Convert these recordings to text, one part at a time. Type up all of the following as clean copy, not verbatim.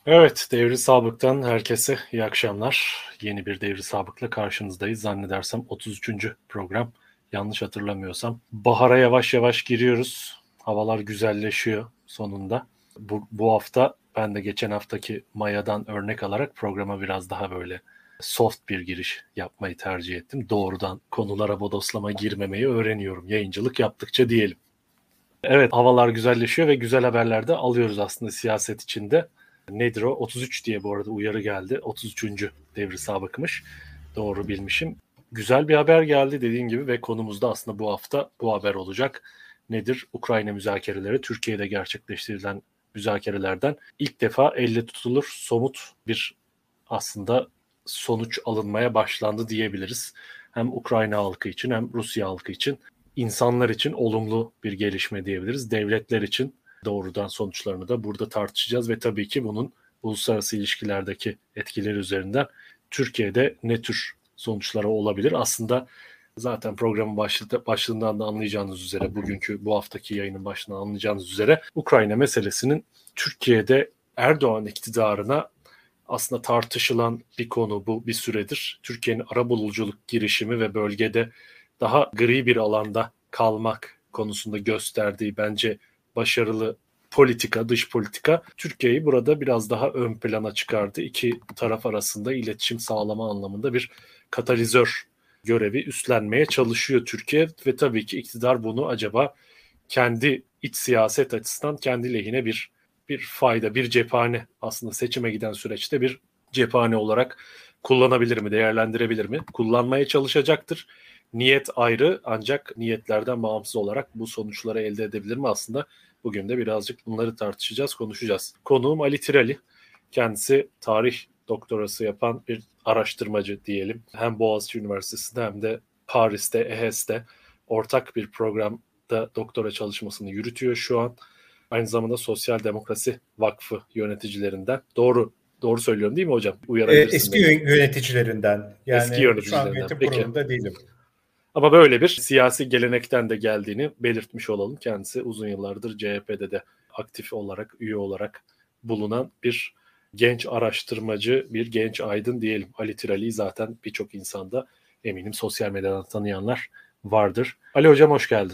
Evet, Devri Sabık'tan herkese iyi akşamlar. Yeni bir Devri Sabık'la karşınızdayız. Zannedersem 33. program. Yanlış hatırlamıyorsam. Bahara yavaş yavaş giriyoruz. Havalar güzelleşiyor sonunda. Bu hafta ben de geçen haftaki Maya'dan örnek alarak programa biraz daha böyle soft bir giriş yapmayı tercih ettim. Doğrudan konulara bodoslama girmemeyi öğreniyorum. Yayıncılık yaptıkça diyelim. Evet, havalar güzelleşiyor ve güzel haberler de alıyoruz aslında siyaset içinde. Nedir o? 33 diye bu arada uyarı geldi. 33. devri sabıkmış. Doğru bilmişim. Güzel bir haber geldi dediğim gibi ve konumuzda aslında bu hafta bu haber olacak. Nedir? Ukrayna müzakereleri Türkiye'de gerçekleştirilen müzakerelerden ilk defa elle tutulur somut bir aslında sonuç alınmaya başlandı diyebiliriz. Hem Ukrayna halkı için hem Rusya halkı için insanlar için olumlu bir gelişme diyebiliriz. Devletler için doğrudan sonuçlarını da burada tartışacağız ve tabii ki bunun uluslararası ilişkilerdeki etkileri üzerinden Türkiye'de ne tür sonuçları olabilir? Aslında zaten programın başlığından da anlayacağınız üzere, bu haftaki yayının başından anlayacağınız üzere Ukrayna meselesinin Türkiye'de Erdoğan iktidarına aslında tartışılan bir konu bu bir süredir. Türkiye'nin arabuluculuk girişimi ve bölgede daha gri bir alanda kalmak konusunda gösterdiği bence başarılı dış politika Türkiye'yi burada biraz daha ön plana çıkardı. İki taraf arasında iletişim sağlama anlamında bir katalizör görevi üstlenmeye çalışıyor Türkiye ve tabii ki iktidar bunu acaba kendi iç siyaset açısından kendi lehine bir fayda, bir cephane aslında seçime giden süreçte bir cephane olarak kullanabilir mi, değerlendirebilir mi? Kullanmaya çalışacaktır. Niyet ayrı ancak niyetlerden bağımsız olarak bu sonuçları elde edebilir mi aslında? Bugün de birazcık bunları tartışacağız, konuşacağız. Konuğum Ali Tirali. Kendisi tarih doktorası yapan bir araştırmacı diyelim. Hem Boğaziçi Üniversitesi'nde hem de Paris'te, EHES'te ortak bir programda doktora çalışmasını yürütüyor şu an. Aynı zamanda Sosyal Demokrasi Vakfı yöneticilerinden. Doğru söylüyorum değil mi hocam? Uyarabilirsin Eski beni. yöneticilerinden. Eski Yani şu an yöneticilerinden. yönetim Peki. kurulunda değilim. Ama böyle bir siyasi gelenekten de geldiğini belirtmiş olalım. Kendisi uzun yıllardır CHP'de de aktif olarak, üye olarak bulunan bir genç araştırmacı, bir genç aydın diyelim. Ali Tirali'yi zaten birçok insanda eminim sosyal medyadan tanıyanlar vardır. Ali hocam hoş geldin.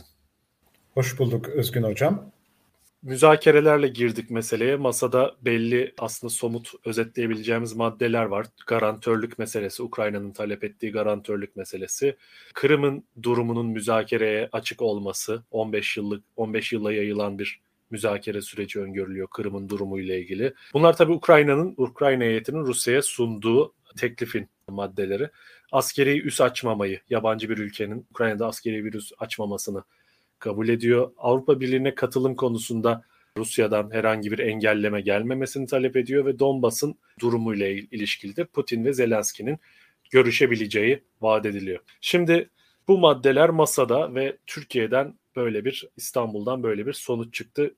Hoş bulduk Özgün hocam. Müzakerelerle girdik meseleye. Masada belli aslında somut özetleyebileceğimiz maddeler var. Garantörlük meselesi, Ukrayna'nın talep ettiği garantörlük meselesi. Kırım'ın durumunun müzakereye açık olması, 15 yıla yayılan bir müzakere süreci öngörülüyor Kırım'ın durumu ile ilgili. Bunlar tabii Ukrayna heyetinin Rusya'ya sunduğu teklifin maddeleri. Askeri üs açmamayı, yabancı bir ülkenin Ukrayna'da askeri bir üs açmamasını kabul ediyor. Avrupa Birliği'ne katılım konusunda Rusya'dan herhangi bir engelleme gelmemesini talep ediyor ve Donbas'ın durumuyla ilişkili de Putin ve Zelenski'nin görüşebileceği vaat ediliyor. Şimdi bu maddeler masada ve İstanbul'dan böyle bir sonuç çıktı.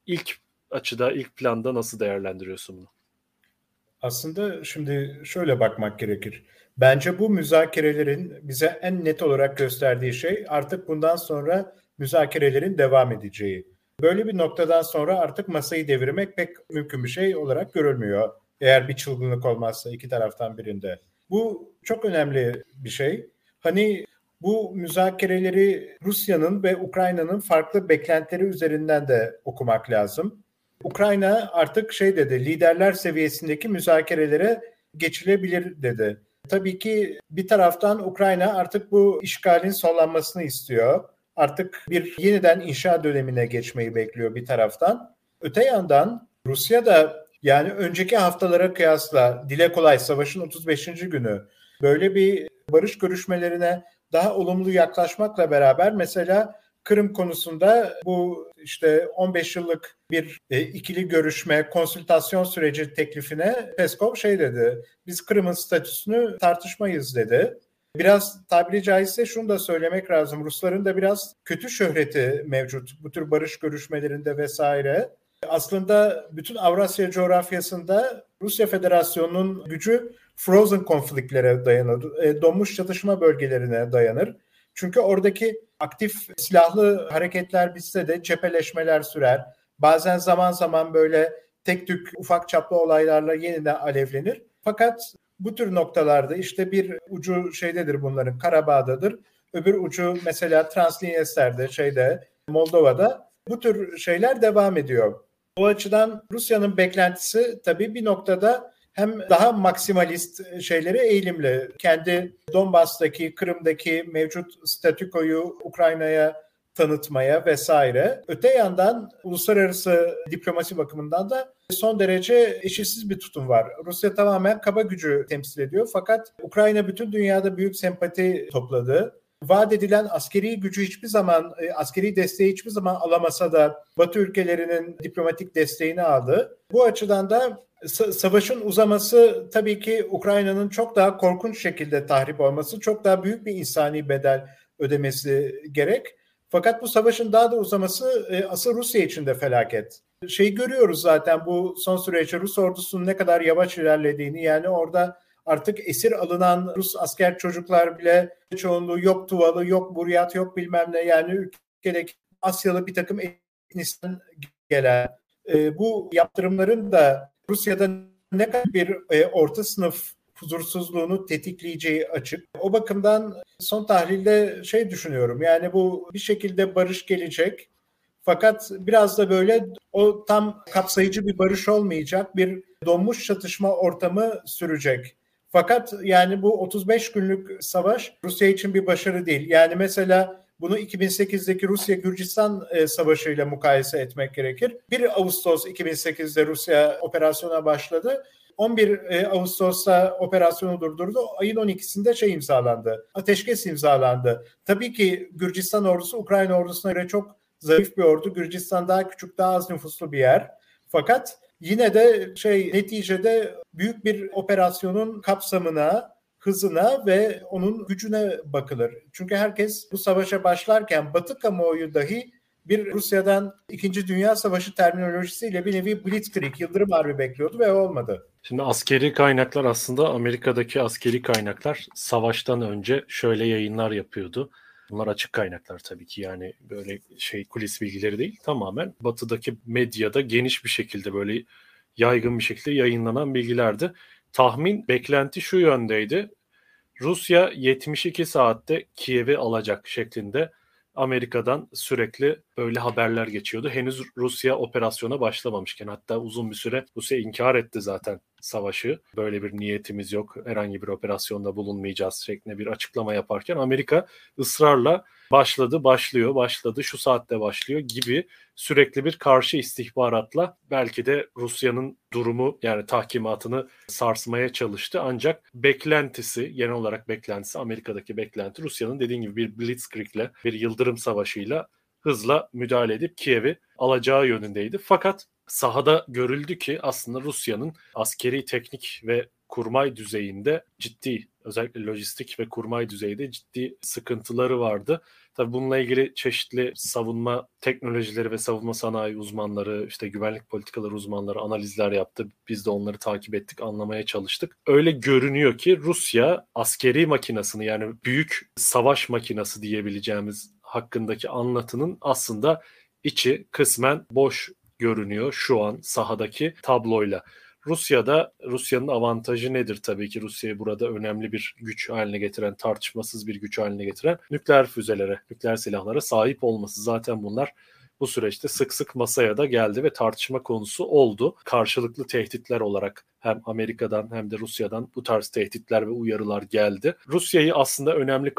İlk planda nasıl değerlendiriyorsun bunu? Aslında şimdi şöyle bakmak gerekir. Bence bu müzakerelerin bize en net olarak gösterdiği şey artık bundan sonra müzakerelerin devam edeceği. Böyle bir noktadan sonra artık masayı devirmek pek mümkün bir şey olarak görülmüyor. Eğer bir çılgınlık olmazsa iki taraftan birinde. Bu çok önemli bir şey. Hani bu müzakereleri Rusya'nın ve Ukrayna'nın farklı beklentileri üzerinden de okumak lazım. Ukrayna artık dedi, liderler seviyesindeki müzakerelere geçilebilir dedi. Tabii ki bir taraftan Ukrayna artık bu işgalin sonlanmasını istiyor. Artık bir yeniden inşa dönemine geçmeyi bekliyor bir taraftan. Öte yandan Rusya da yani önceki haftalara kıyasla dile kolay savaşın 35. günü böyle bir barış görüşmelerine daha olumlu yaklaşmakla beraber mesela Kırım konusunda bu 15 yıllık bir ikili görüşme, konsültasyon süreci teklifine Peskov dedi. Biz Kırım'ın statüsünü tartışmayız dedi. Biraz tabiri caizse şunu da söylemek lazım. Rusların da biraz kötü şöhreti mevcut bu tür barış görüşmelerinde vesaire. Aslında bütün Avrasya coğrafyasında Rusya Federasyonu'nun gücü frozen konfliktlere dayanır, donmuş çatışma bölgelerine dayanır. Çünkü oradaki aktif silahlı hareketler bitse de cepheleşmeler sürer. Bazen zaman zaman böyle tek tük ufak çaplı olaylarla yeniden alevlenir. Fakat bu tür noktalarda işte bir ucu şeydedir, bunların Karabağ'dadır. Öbür ucu mesela Transnistrya'da, Moldova'da, bu tür şeyler devam ediyor. O açıdan Rusya'nın beklentisi tabii bir noktada hem daha maksimalist şeylere eğilimli. Kendi Donbas'taki, Kırım'daki mevcut statükoyu Ukrayna'ya tanıtmaya vesaire. Öte yandan uluslararası diplomasi bakımından da son derece eşitsiz bir tutum var. Rusya tamamen kaba gücü temsil ediyor, fakat Ukrayna bütün dünyada büyük sempati topladı. Vaat edilen askeri gücü hiçbir zaman, askeri desteği hiçbir zaman alamasa da Batı ülkelerinin diplomatik desteğini aldı. Bu açıdan da savaşın uzaması tabii ki Ukrayna'nın çok daha korkunç şekilde tahrip olması, çok daha büyük bir insani bedel ödemesi gerek. Fakat bu savaşın daha da uzaması asıl Rusya için de felaket. Görüyoruz zaten bu son süreçte Rus ordusunun ne kadar yavaş ilerlediğini. Yani orada artık esir alınan Rus asker çocuklar bile çoğunluğu yok Tuvalı, yok Buryat, yok bilmem ne. Yani ülkedeki Asyalı bir takım etnisyen gelen bu yaptırımların da Rusya'da ne kadar bir orta sınıf huzursuzluğunu tetikleyeceği açık. O bakımdan son tahlilde düşünüyorum. Yani bu bir şekilde barış gelecek. Fakat biraz da böyle o tam kapsayıcı bir barış olmayacak, bir donmuş çatışma ortamı sürecek. Fakat yani bu 35 günlük savaş Rusya için bir başarı değil. Yani mesela bunu 2008'deki Rusya-Gürcistan savaşıyla mukayese etmek gerekir. 1 Ağustos 2008'de Rusya operasyona başladı. 11 Ağustos'ta operasyonu durdurdu. Ayın 12'sinde imzalandı. Ateşkes imzalandı. Tabii ki Gürcistan ordusu Ukrayna ordusuna göre çok zayıf bir ordu. Gürcistan daha küçük, daha az nüfuslu bir yer. Fakat yine de neticede büyük bir operasyonun kapsamına, hızına ve onun gücüne bakılır. Çünkü herkes bu savaşa başlarken Batı kamuoyu dahi bir Rusya'dan 2. Dünya Savaşı terminolojisiyle bir nevi Blitzkrieg, yıldırım harbi bekliyordu ve olmadı. Şimdi askeri kaynaklar, aslında Amerika'daki askeri kaynaklar savaştan önce şöyle yayınlar yapıyordu. Bunlar açık kaynaklar tabii ki, yani böyle kulis bilgileri değil, tamamen batıdaki medyada geniş bir şekilde, böyle yaygın bir şekilde yayınlanan bilgilerdi. Tahmin, beklenti şu yöndeydi: Rusya 72 saatte Kiev'i alacak şeklinde Amerika'dan sürekli böyle haberler geçiyordu. Henüz Rusya operasyona başlamamışken, hatta uzun bir süre Rusya inkar etti zaten savaşı. Böyle bir niyetimiz yok, herhangi bir operasyonda bulunmayacağız şeklinde bir açıklama yaparken Amerika ısrarla başladı, şu saatte başlıyor gibi sürekli bir karşı istihbaratla belki de Rusya'nın durumu, yani tahkimatını sarsmaya çalıştı. Ancak genel olarak beklentisi, Amerika'daki beklenti Rusya'nın dediğin gibi bir Blitzkrieg'le, bir yıldırım savaşıyla hızla müdahale edip Kiev'i alacağı yönündeydi. Fakat sahada görüldü ki aslında Rusya'nın askeri, teknik ve kurmay düzeyinde ciddi, özellikle lojistik ve kurmay düzeyde ciddi sıkıntıları vardı. Tabii bununla ilgili çeşitli savunma teknolojileri ve savunma sanayi uzmanları, güvenlik politikaları uzmanları analizler yaptı. Biz de onları takip ettik, anlamaya çalıştık. Öyle görünüyor ki Rusya askeri makinasını, yani büyük savaş makinası diyebileceğimiz hakkındaki anlatının aslında içi kısmen boş görünüyor şu an sahadaki tabloyla. Rusya'nın avantajı nedir? Tabii ki Rusya'yı burada önemli bir güç haline getiren, tartışmasız bir güç haline getiren nükleer füzelere, nükleer silahlara sahip olması. Zaten bunlar bu süreçte sık sık masaya da geldi ve tartışma konusu oldu. Karşılıklı tehditler olarak hem Amerika'dan hem de Rusya'dan bu tarz tehditler ve uyarılar geldi. Rusya'yı aslında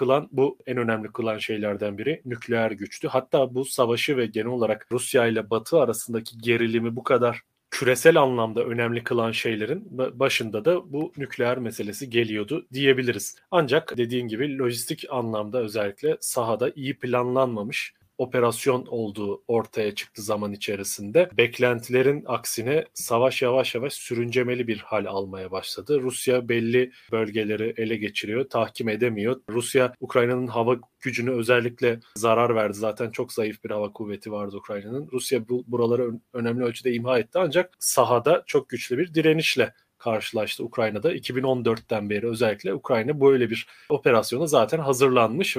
en önemli kılan şeylerden biri nükleer güçtü. Hatta bu savaşı ve genel olarak Rusya ile Batı arasındaki gerilimi bu kadar küresel anlamda önemli kılan şeylerin başında da bu nükleer meselesi geliyordu diyebiliriz. Ancak dediğin gibi lojistik anlamda özellikle sahada iyi planlanmamış operasyon olduğu ortaya çıktı zaman içerisinde. Beklentilerin aksine savaş yavaş yavaş sürüncemeli bir hal almaya başladı. Rusya belli bölgeleri ele geçiriyor, tahkim edemiyor. Rusya, Ukrayna'nın hava gücünü özellikle zarar verdi. Zaten çok zayıf bir hava kuvveti vardı Ukrayna'nın. Rusya buraları önemli ölçüde imha etti, ancak sahada çok güçlü bir direnişle karşılaştı Ukrayna'da. 2014'ten beri özellikle Ukrayna böyle bir operasyona zaten hazırlanmış ve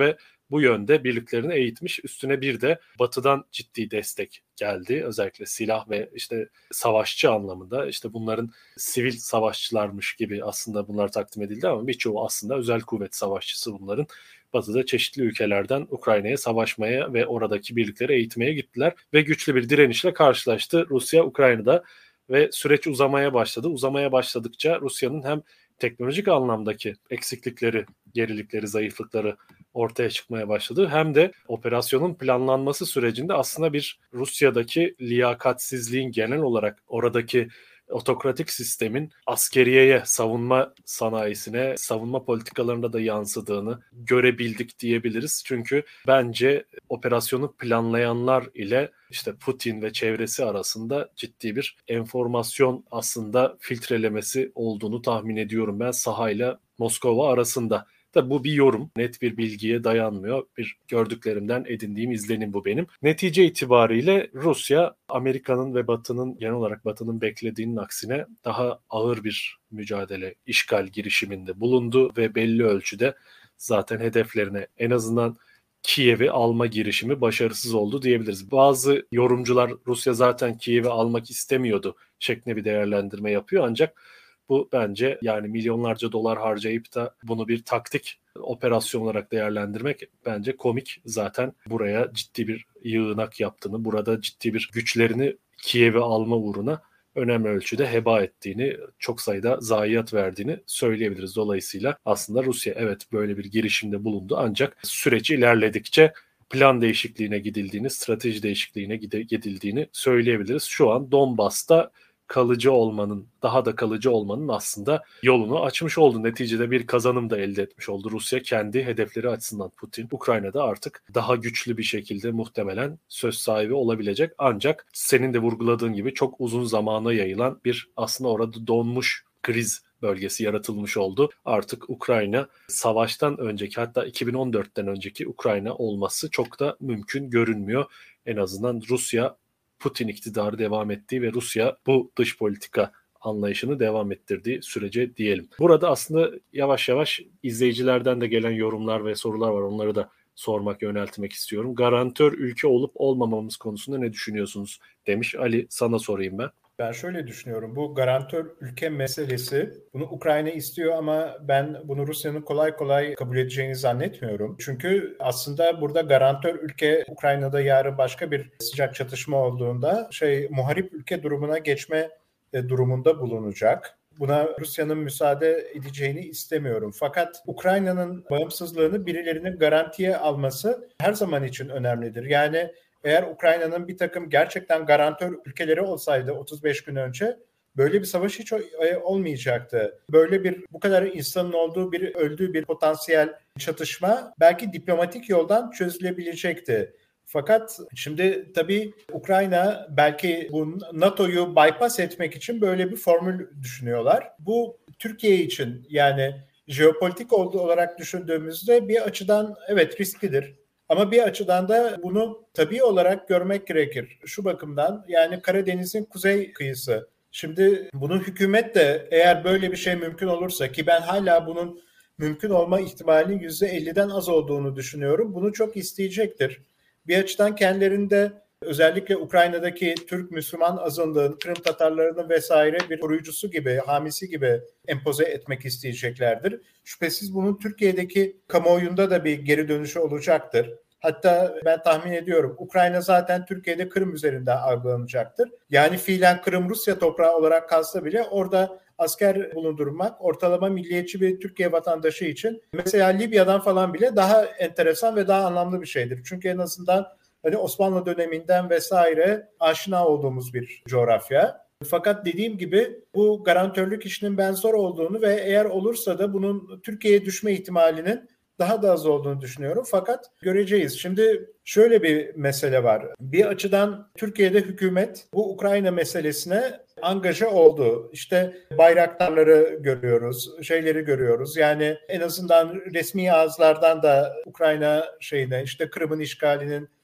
bu yönde birliklerini eğitmiş. Üstüne bir de Batı'dan ciddi destek geldi. Özellikle silah ve işte savaşçı anlamında, işte bunların sivil savaşçılarmış gibi aslında bunlar takdim edildi ama birçoğu aslında özel kuvvet savaşçısı bunların. Batı'da çeşitli ülkelerden Ukrayna'ya savaşmaya ve oradaki birlikleri eğitmeye gittiler ve güçlü bir direnişle karşılaştı Rusya Ukrayna'da ve süreç uzamaya başladı. Uzamaya başladıkça Rusya'nın hem teknolojik anlamdaki eksiklikleri, gerilikleri, zayıflıkları ortaya çıkmaya başladı. Hem de operasyonun planlanması sürecinde aslında bir Rusya'daki liyakatsizliğin, genel olarak oradaki otokratik sistemin askeriyeye, savunma sanayisine, savunma politikalarında da yansıdığını görebildik diyebiliriz. Çünkü bence operasyonu planlayanlar ile işte Putin ve çevresi arasında ciddi bir enformasyon aslında filtrelemesi olduğunu tahmin ediyorum ben sahayla Moskova arasında. Tabi bu bir yorum. Net bir bilgiye dayanmıyor. Bir gördüklerimden edindiğim izlenim bu benim. Netice itibariyle Rusya, Amerika'nın ve Batı'nın, genel olarak Batı'nın beklediğinin aksine daha ağır bir mücadele, işgal girişiminde bulundu ve belli ölçüde zaten hedeflerine, en azından Kiev'i alma girişimi başarısız oldu diyebiliriz. Bazı yorumcular Rusya zaten Kiev'i almak istemiyordu şeklinde bir değerlendirme yapıyor, ancak bu bence yani milyonlarca dolar harcayıp da bunu bir taktik operasyon olarak değerlendirmek bence komik. Zaten buraya ciddi bir yığınak yaptığını, burada ciddi bir güçlerini Kiev'i alma uğruna önemli ölçüde heba ettiğini, çok sayıda zayiat verdiğini söyleyebiliriz. Dolayısıyla aslında Rusya evet böyle bir girişimde bulundu, ancak süreç ilerledikçe plan değişikliğine gidildiğini, strateji değişikliğine gidildiğini söyleyebiliriz. Şu an Donbas'ta kalıcı olmanın, daha da kalıcı olmanın aslında yolunu açmış oldu. Neticede bir kazanım da elde etmiş oldu Rusya kendi hedefleri açısından. Putin Ukrayna'da artık daha güçlü bir şekilde muhtemelen söz sahibi olabilecek. Ancak senin de vurguladığın gibi çok uzun zamana yayılan bir aslında orada donmuş kriz bölgesi yaratılmış oldu. Artık Ukrayna savaştan önceki, hatta 2014'ten önceki Ukrayna olması çok da mümkün görünmüyor. En azından Rusya, Putin iktidarı devam ettiği ve Rusya bu dış politika anlayışını devam ettirdiği sürece diyelim. Burada aslında yavaş yavaş izleyicilerden de gelen yorumlar ve sorular var. Onları da sormak, yöneltmek istiyorum. Garantör ülke olup olmamamız konusunda ne düşünüyorsunuz demiş. Ali, sana sorayım ben. Ben şöyle düşünüyorum. Bu garantör ülke meselesi, bunu Ukrayna istiyor ama ben bunu Rusya'nın kolay kolay kabul edeceğini zannetmiyorum. Çünkü aslında burada garantör ülke, Ukrayna'da yarın başka bir sıcak çatışma olduğunda muharip ülke durumuna geçme durumunda bulunacak. Buna Rusya'nın müsaade edeceğini istemiyorum. Fakat Ukrayna'nın bağımsızlığını birilerinin garantiye alması her zaman için önemlidir. Yani eğer Ukrayna'nın bir takım gerçekten garantör ülkeleri olsaydı 35 gün önce böyle bir savaş hiç olmayacaktı. Böyle bir, bu kadar insanın olduğu bir, öldüğü bir potansiyel çatışma belki diplomatik yoldan çözülebilecekti. Fakat şimdi tabii Ukrayna belki bu NATO'yu bypass etmek için böyle bir formül düşünüyorlar. Bu Türkiye için, yani jeopolitik olarak düşündüğümüzde bir açıdan evet risklidir. Ama bir açıdan da bunu tabii olarak görmek gerekir. Şu bakımdan, yani Karadeniz'in kuzey kıyısı. Şimdi bunu hükümet de, eğer böyle bir şey mümkün olursa, ki ben hala bunun mümkün olma ihtimalinin %50'den az olduğunu düşünüyorum, bunu çok isteyecektir. Bir açıdan kendilerinde, özellikle Ukrayna'daki Türk Müslüman azınlığın, Kırım Tatarlarının vesaire bir koruyucusu gibi, hamisi gibi empoze etmek isteyeceklerdir. Şüphesiz bunun Türkiye'deki kamuoyunda da bir geri dönüşü olacaktır. Hatta ben tahmin ediyorum Ukrayna zaten Türkiye'de Kırım üzerinden algılanacaktır. Yani fiilen Kırım Rusya toprağı olarak kalsa bile orada asker bulundurmak ortalama milliyetçi bir Türkiye vatandaşı için mesela Libya'dan falan bile daha enteresan ve daha anlamlı bir şeydir. Çünkü en azından hani Osmanlı döneminden vesaire aşina olduğumuz bir coğrafya. Fakat dediğim gibi bu garantörlük işinin ben zor olduğunu ve eğer olursa da bunun Türkiye'ye düşme ihtimalinin daha da az olduğunu düşünüyorum. Fakat göreceğiz. Şimdi şöyle bir mesele var. Bir açıdan Türkiye'de hükümet bu Ukrayna meselesine angaja oldu. İşte bayraktarları görüyoruz, şeyleri görüyoruz. Yani en azından resmi ağızlardan da Ukrayna işte Kırım'ın işgalinin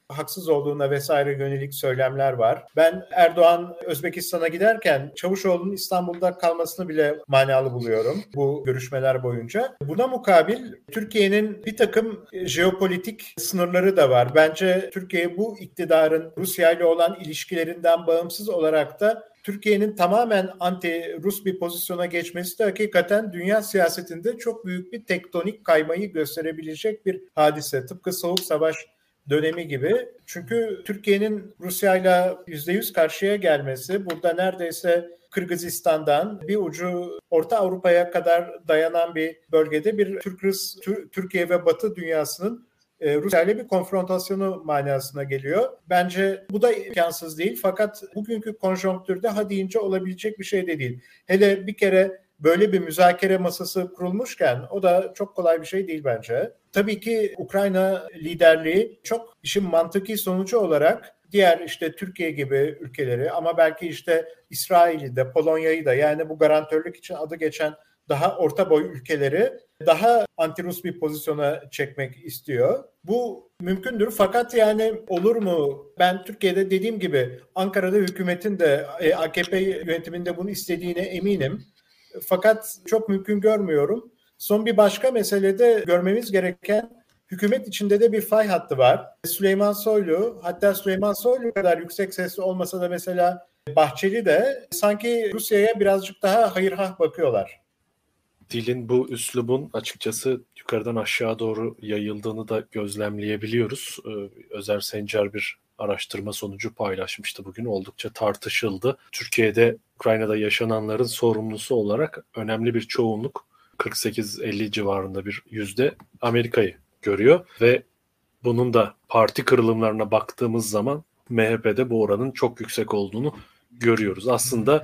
haksız olduğuna vesaire yönelik söylemler var. Ben Erdoğan Özbekistan'a giderken Çavuşoğlu'nun İstanbul'da kalmasını bile manalı buluyorum bu görüşmeler boyunca. Buna mukabil Türkiye'nin bir takım jeopolitik sınırları da var. Bence Türkiye bu iktidarın Rusya ile olan ilişkilerinden bağımsız olarak da Türkiye'nin tamamen anti-Rus bir pozisyona geçmesi de hakikaten dünya siyasetinde çok büyük bir tektonik kaymayı gösterebilecek bir hadise. Tıpkı Soğuk Savaş dönemi gibi. Çünkü Türkiye'nin Rusya'yla %100 karşıya gelmesi burada neredeyse Kırgızistan'dan bir ucu Orta Avrupa'ya kadar dayanan bir bölgede bir Türkiye ve Batı dünyasının Rusya ile bir konfrontasyonu manasına geliyor. Bence bu da imkansız değil fakat bugünkü konjonktürde ha deyince olabilecek bir şey de değil. Hele bir kere böyle bir müzakere masası kurulmuşken o da çok kolay bir şey değil bence. Tabii ki Ukrayna liderliği çok işin mantıki sonucu olarak diğer işte Türkiye gibi ülkeleri ama belki işte İsrail'i de Polonya'yı da yani bu garantörlük için adı geçen daha orta boy ülkeleri daha anti-Rus bir pozisyona çekmek istiyor. Bu mümkündür fakat yani olur mu? Ben Türkiye'de dediğim gibi Ankara'da hükümetin de AKP yönetiminde bunu istediğine eminim. Fakat çok mümkün görmüyorum. Son bir başka meselede görmemiz gereken hükümet içinde de bir fay hattı var. Süleyman Soylu, hatta Süleyman Soylu kadar yüksek sesli olmasa da mesela Bahçeli de sanki Rusya'ya birazcık daha hayırhah bakıyorlar. Dilin bu üslubun açıkçası yukarıdan aşağı doğru yayıldığını da gözlemleyebiliyoruz. Özer Sencer bir araştırma sonucu paylaşmıştı bugün. Oldukça tartışıldı. Türkiye'de Ukrayna'da yaşananların sorumlusu olarak önemli bir çoğunluk 48-50 civarında bir yüzde Amerika'yı görüyor ve bunun da parti kırılımlarına baktığımız zaman MHP'de bu oranın çok yüksek olduğunu görüyoruz. Aslında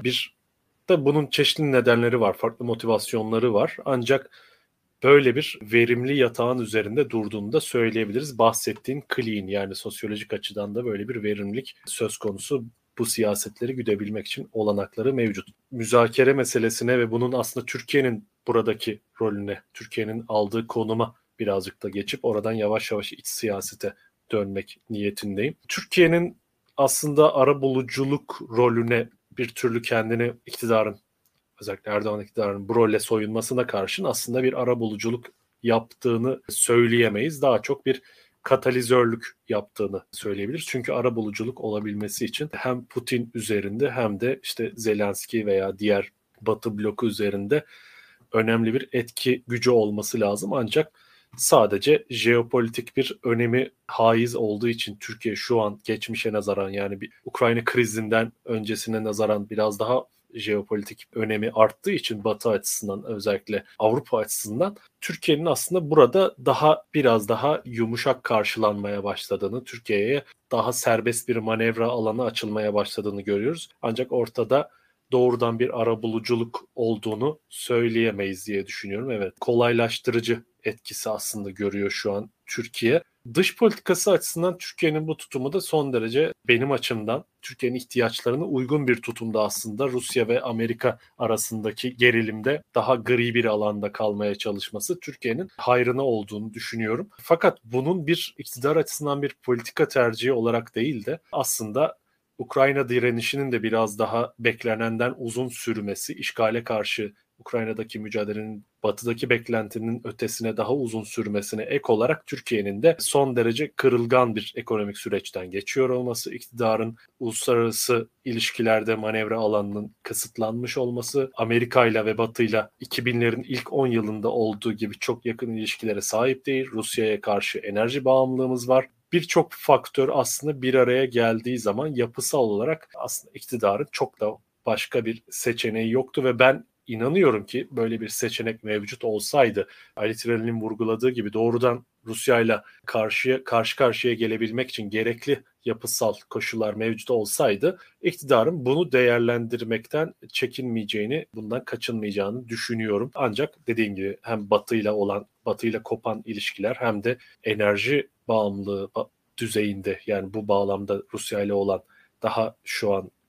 bunun çeşitli nedenleri var, farklı motivasyonları var. Ancak böyle bir verimli yatağın üzerinde durduğunu da söyleyebiliriz. Bahsettiğin clean yani sosyolojik açıdan da böyle bir verimlilik söz konusu. Bu siyasetleri güdebilmek için olanakları mevcut. Müzakere meselesine ve bunun aslında Türkiye'nin buradaki rolüne, Türkiye'nin aldığı konuma birazcık da geçip oradan yavaş yavaş iç siyasete dönmek niyetindeyim. Türkiye'nin aslında arabuluculuk rolüne bir türlü kendini iktidarın, özellikle Erdoğan iktidarının bu rolle soyunmasına karşın aslında bir arabuluculuk yaptığını söyleyemeyiz. Daha çok bir katalizörlük yaptığını söyleyebiliriz. Çünkü arabuluculuk olabilmesi için hem Putin üzerinde hem de işte Zelenski veya diğer Batı bloku üzerinde önemli bir etki gücü olması lazım. Ancak sadece jeopolitik bir önemi haiz olduğu için Türkiye şu an geçmişe nazaran yani bir Ukrayna krizinden öncesine nazaran biraz daha jeopolitik önemi arttığı için Batı açısından özellikle Avrupa açısından Türkiye'nin aslında burada biraz daha yumuşak karşılanmaya başladığını, Türkiye'ye daha serbest bir manevra alanı açılmaya başladığını görüyoruz. Ancak ortada doğrudan bir arabuluculuk olduğunu söyleyemeyiz diye düşünüyorum. Evet, kolaylaştırıcı etkisi aslında görüyor şu an Türkiye. Dış politikası açısından Türkiye'nin bu tutumu da son derece benim açımdan Türkiye'nin ihtiyaçlarına uygun bir tutumda aslında. Rusya ve Amerika arasındaki gerilimde daha gri bir alanda kalmaya çalışması Türkiye'nin hayrına olduğunu düşünüyorum. Fakat bunun bir iktidar açısından bir politika tercihi olarak değil de aslında Ukrayna direnişinin de biraz daha beklenenden uzun sürmesi, işgale karşı Ukrayna'daki mücadelenin batıdaki beklentinin ötesine daha uzun sürmesine ek olarak Türkiye'nin de son derece kırılgan bir ekonomik süreçten geçiyor olması, iktidarın uluslararası ilişkilerde manevra alanının kısıtlanmış olması, Amerika ile ve Batı ile 2000'lerin ilk 10 yılında olduğu gibi çok yakın ilişkilere sahip değil. Rusya'ya karşı enerji bağımlılığımız var. Birçok faktör aslında bir araya geldiği zaman yapısal olarak aslında iktidarın çok da başka bir seçeneği yoktu ve ben inanıyorum ki böyle bir seçenek mevcut olsaydı Ali Tirel'in vurguladığı gibi doğrudan Rusya'yla karşı karşıya gelebilmek için gerekli yapısal koşullar mevcut olsaydı iktidarın bunu değerlendirmekten çekinmeyeceğini, bundan kaçınmayacağını düşünüyorum. Ancak dediğim gibi hem Batı'yla kopan ilişkiler hem de enerji bağımlılığı düzeyinde yani bu bağlamda Rusya ile olan daha şu an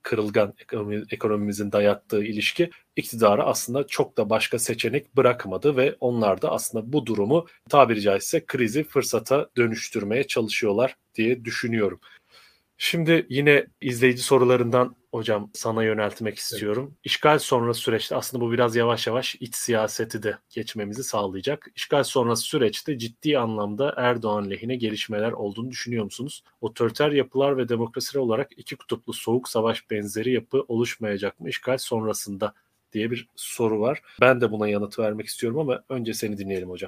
kırılgan ekonomimizin dayattığı ilişki iktidara aslında çok da başka seçenek bırakmadı ve onlar da aslında bu durumu tabiri caizse krizi fırsata dönüştürmeye çalışıyorlar diye düşünüyorum. Şimdi yine izleyici sorularından hocam sana yöneltmek istiyorum. Evet. İşgal sonrası süreçte aslında bu biraz yavaş yavaş iç siyaseti de geçmemizi sağlayacak. İşgal sonrası süreçte ciddi anlamda Erdoğan lehine gelişmeler olduğunu düşünüyor musunuz? Otoriter yapılar ve demokrasiler olarak iki kutuplu soğuk savaş benzeri yapı oluşmayacak mı işgal sonrasında diye bir soru var. Ben de buna yanıt vermek istiyorum ama önce seni dinleyelim hocam.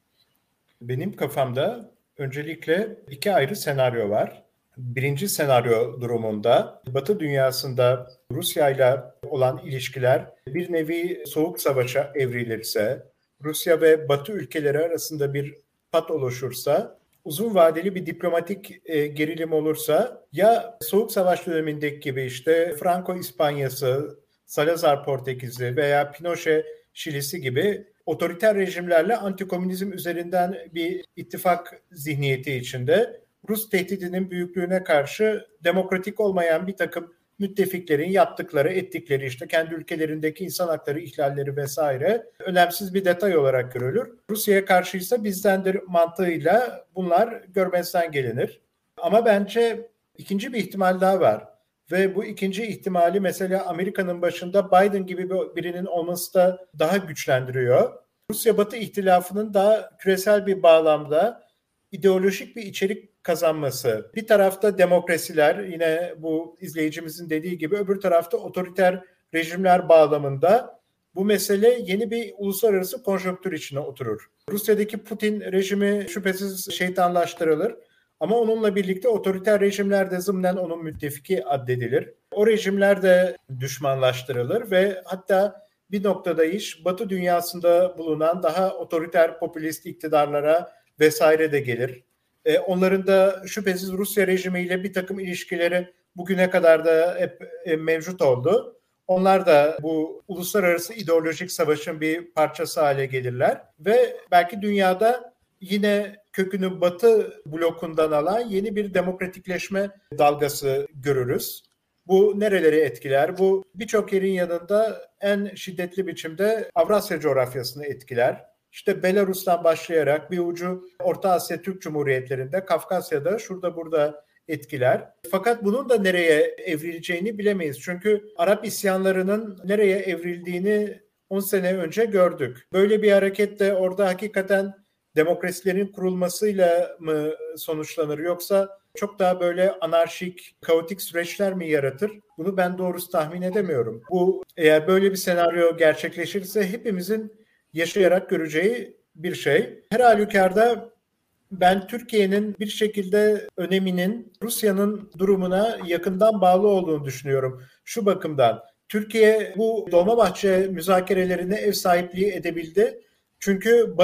Benim kafamda öncelikle iki ayrı senaryo var. Birinci senaryo durumunda Batı dünyasında Rusya ile olan ilişkiler bir nevi soğuk savaşa evrilirse, Rusya ve Batı ülkeleri arasında bir pat oluşursa, uzun vadeli bir diplomatik gerilim olursa ya soğuk savaş dönemindeki gibi işte Franco İspanyası, Salazar Portekiz'i veya Pinochet Şilisi gibi otoriter rejimlerle antikomünizm üzerinden bir ittifak zihniyeti içinde Rus tehdidinin büyüklüğüne karşı demokratik olmayan bir takım müttefiklerin yaptıkları, ettikleri işte kendi ülkelerindeki insan hakları ihlalleri vesaire önemsiz bir detay olarak görülür. Rusya'ya karşıysa bizdendir mantığıyla bunlar görmezden gelinir. Ama bence ikinci bir ihtimal daha var. Ve bu ikinci ihtimali mesela Amerika'nın başında Biden gibi birinin olması da daha güçlendiriyor. Rusya-Batı ihtilafının daha küresel bir bağlamda ideolojik bir içerik kazanması. Bir tarafta demokrasiler, yine bu izleyicimizin dediği gibi, öbür tarafta otoriter rejimler bağlamında bu mesele yeni bir uluslararası konjonktür içine oturur. Rusya'daki Putin rejimi şüphesiz şeytanlaştırılır. Ama onunla birlikte otoriter rejimler de zımnen onun müttefiki addedilir. O rejimler de düşmanlaştırılır ve hatta bir noktada iş Batı dünyasında bulunan daha otoriter popülist iktidarlara vesaire de gelir. Onların da şüphesiz Rusya rejimiyle bir takım ilişkileri bugüne kadar da hep mevcut oldu. Onlar da bu uluslararası ideolojik savaşın bir parçası hale gelirler ve belki dünyada yine kökünü Batı blokundan alan yeni bir demokratikleşme dalgası görürüz. Bu nereleri etkiler? Bu birçok yerin yanında en şiddetli biçimde Avrasya coğrafyasını etkiler. İşte Belarus'tan başlayarak bir ucu Orta Asya Türk Cumhuriyetlerinde, Kafkasya'da, şurada burada etkiler. Fakat bunun da nereye evrileceğini bilemeyiz. Çünkü Arap isyanlarının nereye evrildiğini 10 sene önce gördük. Böyle bir hareket de orada hakikaten demokrasilerin kurulmasıyla mı sonuçlanır, yoksa çok daha böyle anarşik, kaotik süreçler mi yaratır? Bunu ben doğrusu tahmin edemiyorum. Bu, eğer böyle bir senaryo gerçekleşirse hepimizin yaşayarak göreceği bir şey. Her halükarda ben Türkiye'nin bir şekilde öneminin Rusya'nın durumuna yakından bağlı olduğunu düşünüyorum. Şu bakımdan, Türkiye bu Dolmabahçe müzakerelerine ev sahipliği edebildi. Çünkü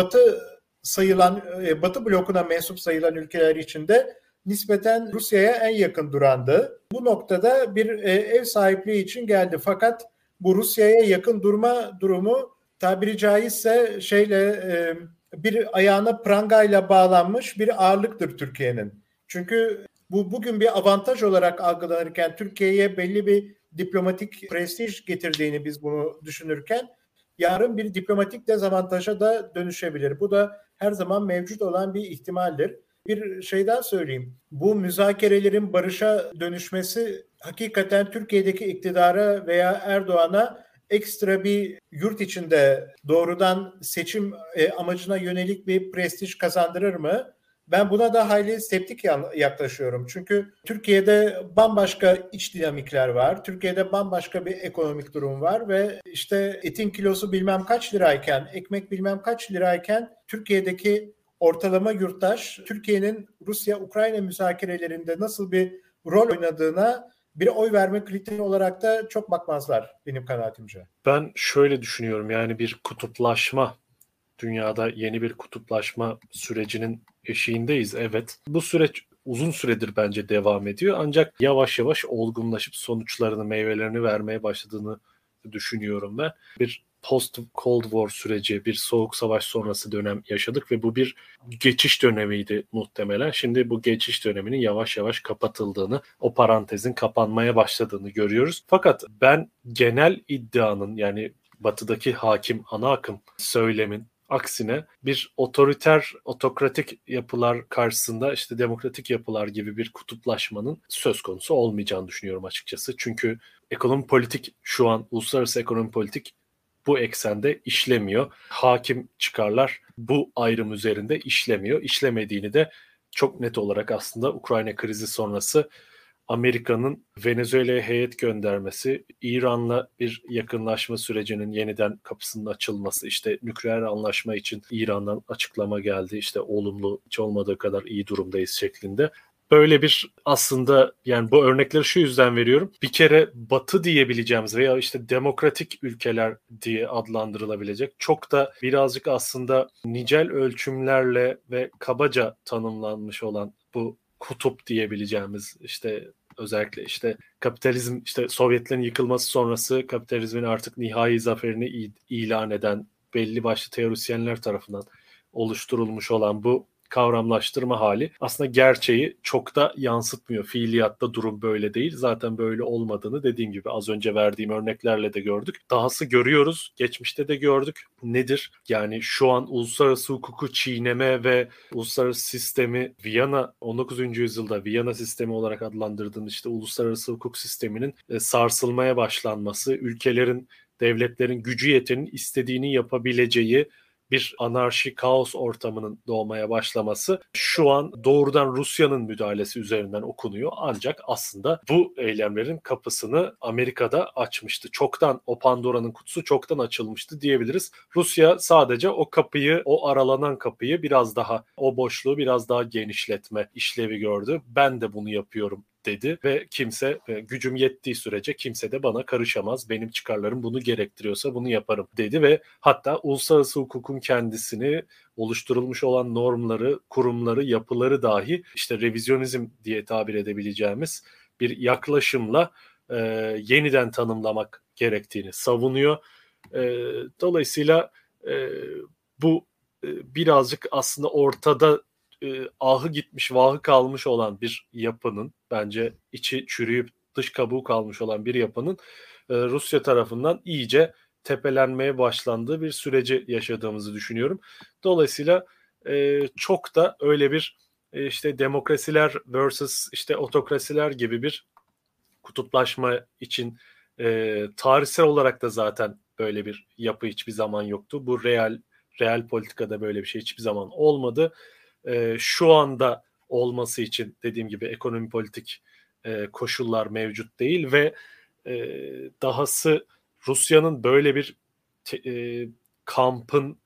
Batı blokuna mensup sayılan ülkeler içinde nispeten Rusya'ya en yakın durandı. Bu noktada bir ev sahipliği için geldi. Fakat bu Rusya'ya yakın durma durumu tabiri caizse bir ayağına prangayla bağlanmış bir ağırlıktır Türkiye'nin. Çünkü bu bugün bir avantaj olarak algılanırken, Türkiye'ye belli bir diplomatik prestij getirdiğini biz bunu düşünürken, yarın bir diplomatik dezavantaja da dönüşebilir. Bu da her zaman mevcut olan bir ihtimaldir. Bir şeyden söyleyeyim. Bu müzakerelerin barışa dönüşmesi hakikaten Türkiye'deki iktidara veya Erdoğan'a ekstra bir yurt içinde doğrudan seçim amacına yönelik bir prestij kazandırır mı? Ben buna da hayli skeptik yaklaşıyorum. Çünkü Türkiye'de bambaşka iç dinamikler var. Türkiye'de bambaşka bir ekonomik durum var ve işte etin kilosu bilmem kaç lirayken, ekmek bilmem kaç lirayken Türkiye'deki ortalama yurttaş Türkiye'nin Rusya-Ukrayna müzakerelerinde nasıl bir rol oynadığına bir oy verme kriteri olarak da çok bakmazlar benim kanaatimce. Ben şöyle düşünüyorum, yani bir kutuplaşma, dünyada yeni bir kutuplaşma sürecinin eşiğindeyiz. Evet, bu süreç uzun süredir bence devam ediyor, ancak yavaş yavaş olgunlaşıp sonuçlarını, meyvelerini vermeye başladığını düşünüyorum ben. Bir post Cold War süreci, bir soğuk savaş sonrası dönem yaşadık ve bu bir geçiş dönemiydi muhtemelen. Şimdi bu geçiş döneminin yavaş yavaş kapatıldığını, o parantezin kapanmaya başladığını görüyoruz. Fakat ben genel iddianın, yani batıdaki hakim, ana akım söylemin aksine bir otoriter, otokratik yapılar karşısında işte demokratik yapılar gibi bir kutuplaşmanın söz konusu olmayacağını düşünüyorum açıkçası. Çünkü ekonomi politik, şu an uluslararası ekonomi politik bu eksende işlemiyor. Hakim çıkarlar bu ayrım üzerinde işlemiyor. İşlemediğini de çok net olarak aslında Ukrayna krizi sonrası Amerika'nın Venezuela'ya heyet göndermesi, İran'la bir yakınlaşma sürecinin yeniden kapısının açılması, işte nükleer anlaşma için İran'dan açıklama geldi, işte olumlu, hiç olmadığı kadar iyi durumdayız şeklinde. Böyle bir aslında, yani bu örnekleri şu yüzden veriyorum. Bir kere Batı diyebileceğimiz veya işte demokratik ülkeler diye adlandırılabilecek çok da birazcık aslında nicel ölçümlerle ve kabaca tanımlanmış olan bu kutup diyebileceğimiz, işte özellikle işte kapitalizm, işte Sovyetlerin yıkılması sonrası kapitalizmin artık nihai zaferini ilan eden belli başlı teorisyenler tarafından oluşturulmuş olan bu kavramlaştırma hali aslında gerçeği çok da yansıtmıyor. Fiiliyatta durum böyle değil. Zaten böyle olmadığını dediğim gibi az önce verdiğim örneklerle de gördük. Dahası görüyoruz. Geçmişte de gördük. Nedir? Yani şu an uluslararası hukuku çiğneme ve uluslararası sistemi, Viyana 19. yüzyılda Viyana sistemi olarak adlandırdığımız işte uluslararası hukuk sisteminin sarsılmaya başlanması, ülkelerin, devletlerin gücü yetenin istediğini yapabileceği bir anarşi, kaos ortamının doğmaya başlaması şu an doğrudan Rusya'nın müdahalesi üzerinden okunuyor. Ancak aslında bu eylemlerin kapısını Amerika'da açmıştı. Çoktan o Pandora'nın kutusu çoktan açılmıştı diyebiliriz. Rusya sadece o kapıyı, o aralanan kapıyı biraz daha, o boşluğu biraz daha genişletme işlevi gördü. Ben de bunu yapıyorum dedi ve kimse, gücüm yettiği sürece kimse de bana karışamaz. Benim çıkarlarım bunu gerektiriyorsa bunu yaparım dedi ve hatta uluslararası hukukun kendisini, oluşturulmuş olan normları, kurumları, yapıları dahi işte revizyonizm diye tabir edebileceğimiz bir yaklaşımla yeniden tanımlamak gerektiğini savunuyor. Dolayısıyla bu birazcık aslında ortada ahı gitmiş, vahı kalmış olan bir yapının, bence içi çürüyüp dış kabuğu kalmış olan bir yapının Rusya tarafından iyice tepelenmeye başlandığı bir süreci yaşadığımızı düşünüyorum. Dolayısıyla çok da öyle bir işte demokrasiler versus işte otokrasiler gibi bir kutuplaşma için tarihsel olarak da zaten böyle bir yapı hiçbir zaman yoktu. Bu real politikada böyle bir şey hiçbir zaman olmadı. Şu anda olması için dediğim gibi ekonomi politik koşullar mevcut değil ve dahası Rusya'nın böyle bir kampın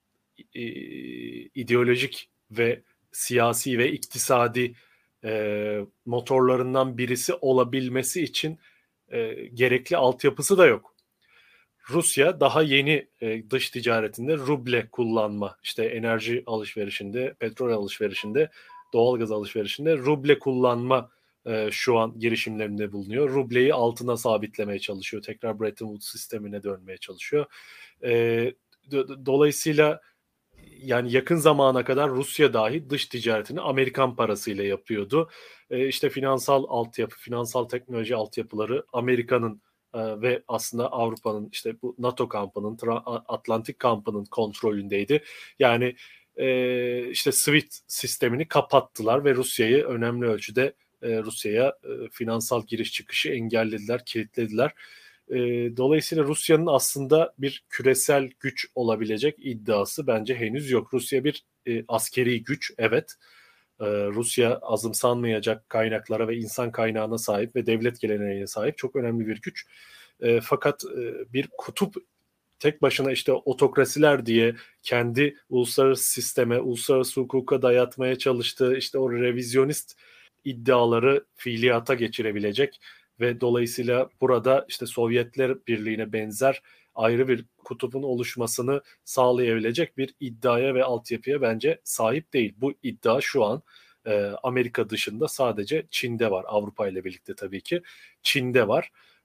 ideolojik ve siyasi ve iktisadi motorlarından birisi olabilmesi için gerekli altyapısı da yok. Rusya daha yeni dış ticaretinde ruble kullanma, işte enerji alışverişinde, petrol alışverişinde, doğalgaz alışverişinde ruble kullanma şu an girişimlerinde bulunuyor. Rubleyi altına sabitlemeye çalışıyor. Tekrar Bretton Woods sistemine dönmeye çalışıyor. Dolayısıyla yani yakın zamana kadar Rusya dahi dış ticaretini Amerikan parasıyla yapıyordu. İşte finansal altyapı, finansal teknoloji altyapıları Amerika'nın ve aslında Avrupa'nın, işte bu NATO kampının, Atlantik kampının kontrolündeydi. Yani işte SWIFT sistemini kapattılar ve Rusya'yı önemli ölçüde Rusya'ya finansal giriş çıkışı engellediler, kilitlediler. Dolayısıyla Rusya'nın aslında bir küresel güç olabilecek iddiası bence henüz yok. Rusya bir askeri güç, evet. Rusya azımsanmayacak kaynaklara ve insan kaynağına sahip ve devlet geleneğine sahip çok önemli bir güç. Fakat bir kutup tek başına işte otokrasiler diye kendi uluslararası sisteme, uluslararası hukuka dayatmaya çalıştığı işte o revizyonist iddiaları fiiliyata geçirebilecek ve dolayısıyla burada işte Sovyetler Birliği'ne benzer ayrı bir kutupun oluşmasını sağlayabilecek bir iddiaya ve altyapıya bence sahip değil. Bu iddia şu an Amerika dışında sadece Çin'de var. Avrupa ile birlikte tabii ki Çin'de var.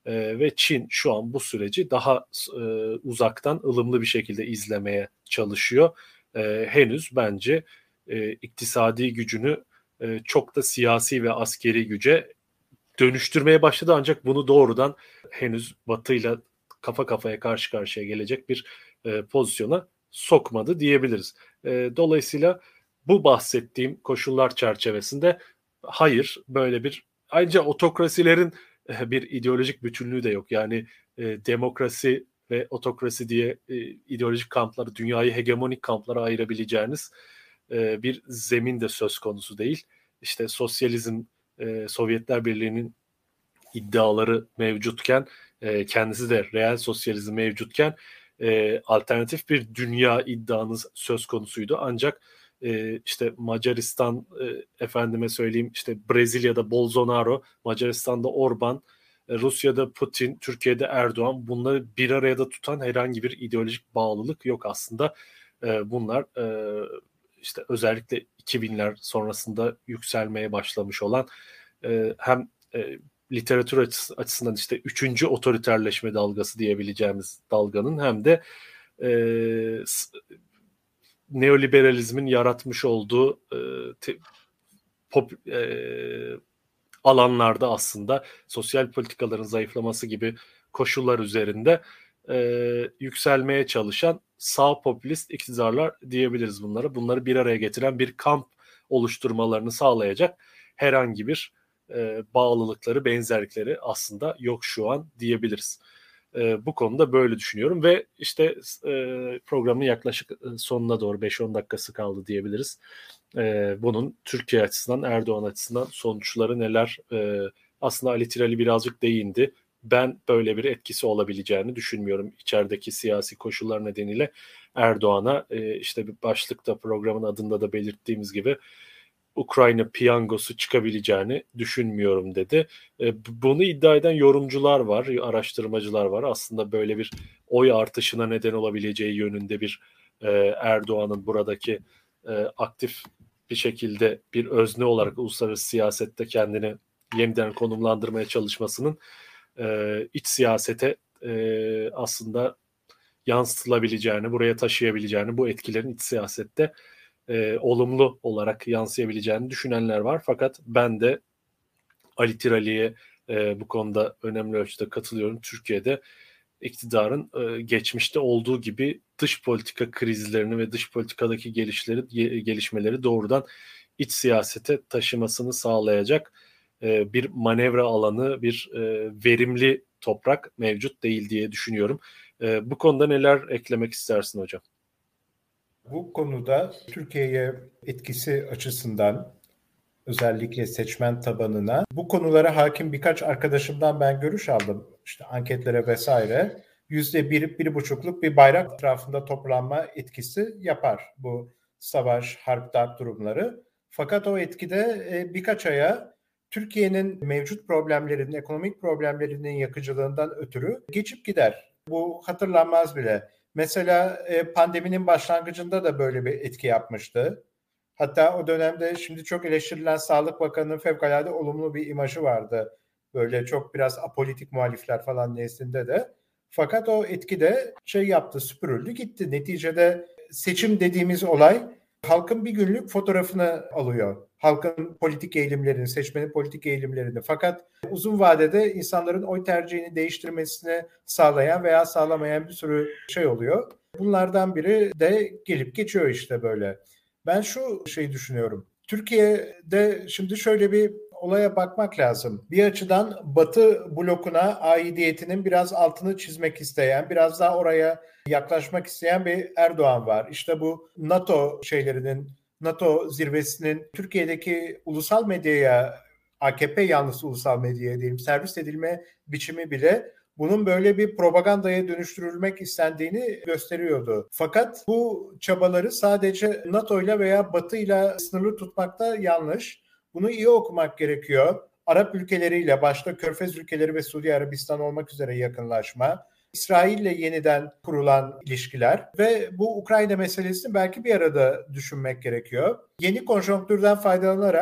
Ve Çin şu an bu süreci daha uzaktan ılımlı bir şekilde izlemeye çalışıyor. Henüz bence iktisadi gücünü çok da siyasi ve askeri güce dönüştürmeye başladı, ancak bunu doğrudan henüz Batı'yla kafa kafaya karşı karşıya gelecek bir pozisyona sokmadı diyebiliriz. Dolayısıyla bu bahsettiğim koşullar çerçevesinde hayır, böyle bir, ayrıca otokrasilerin bir ideolojik bütünlüğü de yok. Yani demokrasi ve otokrasi diye ideolojik kampları, dünyayı hegemonik kamplara ayırabileceğiniz bir zemin de söz konusu değil. İşte sosyalizm, Sovyetler Birliği'nin iddiaları mevcutken, kendisi de reel sosyalizm mevcutken alternatif bir dünya iddianız söz konusuydu. Ancak işte Macaristan, efendime söyleyeyim, işte Brezilya'da Bolsonaro, Macaristan'da Orban, Rusya'da Putin, Türkiye'de Erdoğan, bunları bir araya da tutan herhangi bir ideolojik bağlılık yok aslında. Bunlar işte özellikle 2000'ler sonrasında yükselmeye başlamış olan hem literatür açısından işte üçüncü otoriterleşme dalgası diyebileceğimiz dalganın, hem de neoliberalizmin yaratmış olduğu alanlarda aslında sosyal politikaların zayıflaması gibi koşullar üzerinde yükselmeye çalışan sağ popülist iktidarlar diyebiliriz bunlara. Bunları bir araya getiren bir kamp oluşturmalarını sağlayacak herhangi bir bağlılıkları, benzerlikleri aslında yok şu an diyebiliriz. Bu konuda böyle düşünüyorum ve işte programın yaklaşık sonuna doğru 5-10 dakikası kaldı diyebiliriz. Bunun Türkiye açısından, Erdoğan açısından sonuçları neler? Aslında Ali Tirali birazcık değindi. Ben böyle bir etkisi olabileceğini düşünmüyorum. İçerideki siyasi koşullar nedeniyle Erdoğan'a işte bir başlıkta, programın adında da belirttiğimiz gibi Ukrayna piyangosu çıkabileceğini düşünmüyorum dedi. Bunu iddia eden yorumcular var, araştırmacılar var. Aslında böyle bir oy artışına neden olabileceği yönünde bir Erdoğan'ın buradaki aktif bir şekilde bir özne olarak uluslararası siyasette kendini yeniden konumlandırmaya çalışmasının iç siyasete aslında yansıtılabileceğini, buraya taşıyabileceğini, bu etkilerin iç siyasette olumlu olarak yansıyabileceğini düşünenler var. Fakat ben de Ali Tirali'ye bu konuda önemli ölçüde katılıyorum. Türkiye'de iktidarın geçmişte olduğu gibi dış politika krizlerini ve dış politikadaki gelişmeleri doğrudan iç siyasete taşımasını sağlayacak bir manevra alanı, bir verimli toprak mevcut değil diye düşünüyorum. Bu konuda neler eklemek istersin hocam? Bu konuda Türkiye'ye etkisi açısından, özellikle seçmen tabanına, bu konulara hakim birkaç arkadaşımdan ben görüş aldım. İşte anketlere vesaire. %1-1,5'luk bir bayrak etrafında toplanma etkisi yapar bu savaş, harp, darp durumları. Fakat o etkide birkaç aya Türkiye'nin mevcut problemlerinin, ekonomik problemlerinin yakıcılığından ötürü geçip gider. Bu hatırlanmaz bile. Mesela pandeminin başlangıcında da böyle bir etki yapmıştı. Hatta o dönemde şimdi çok eleştirilen Sağlık Bakanı'nın fevkalade olumlu bir imajı vardı. Böyle çok biraz apolitik muhalifler falan nezdinde de. Fakat o etki de yaptı, süpürüldü gitti. Neticede seçim dediğimiz olay halkın bir günlük fotoğrafını alıyor. Halkın politik eğilimlerini, seçmenin politik eğilimlerini. Fakat uzun vadede insanların oy tercihini değiştirmesini sağlayan veya sağlamayan bir sürü şey oluyor. Bunlardan biri de gelip geçiyor işte böyle. Ben şu şeyi düşünüyorum. Türkiye'de şimdi şöyle bir olaya bakmak lazım. Bir açıdan Batı blokuna aidiyetinin biraz altını çizmek isteyen, biraz daha oraya yaklaşmak isteyen bir Erdoğan var. İşte bu NATO zirvesinin Türkiye'deki ulusal medyaya, AKP yanlısı ulusal medyaya diyelim, servis edilme biçimi bile bunun böyle bir propagandaya dönüştürülmek istendiğini gösteriyordu. Fakat bu çabaları sadece NATO'yla veya Batı'yla sınırlı tutmakta yanlış. Bunu iyi okumak gerekiyor. Arap ülkeleriyle, başta Körfez ülkeleri ve Suudi Arabistan olmak üzere yakınlaşma, İsrail'le yeniden kurulan ilişkiler ve bu Ukrayna meselesini belki bir arada düşünmek gerekiyor. Yeni konjonktürden faydalanarak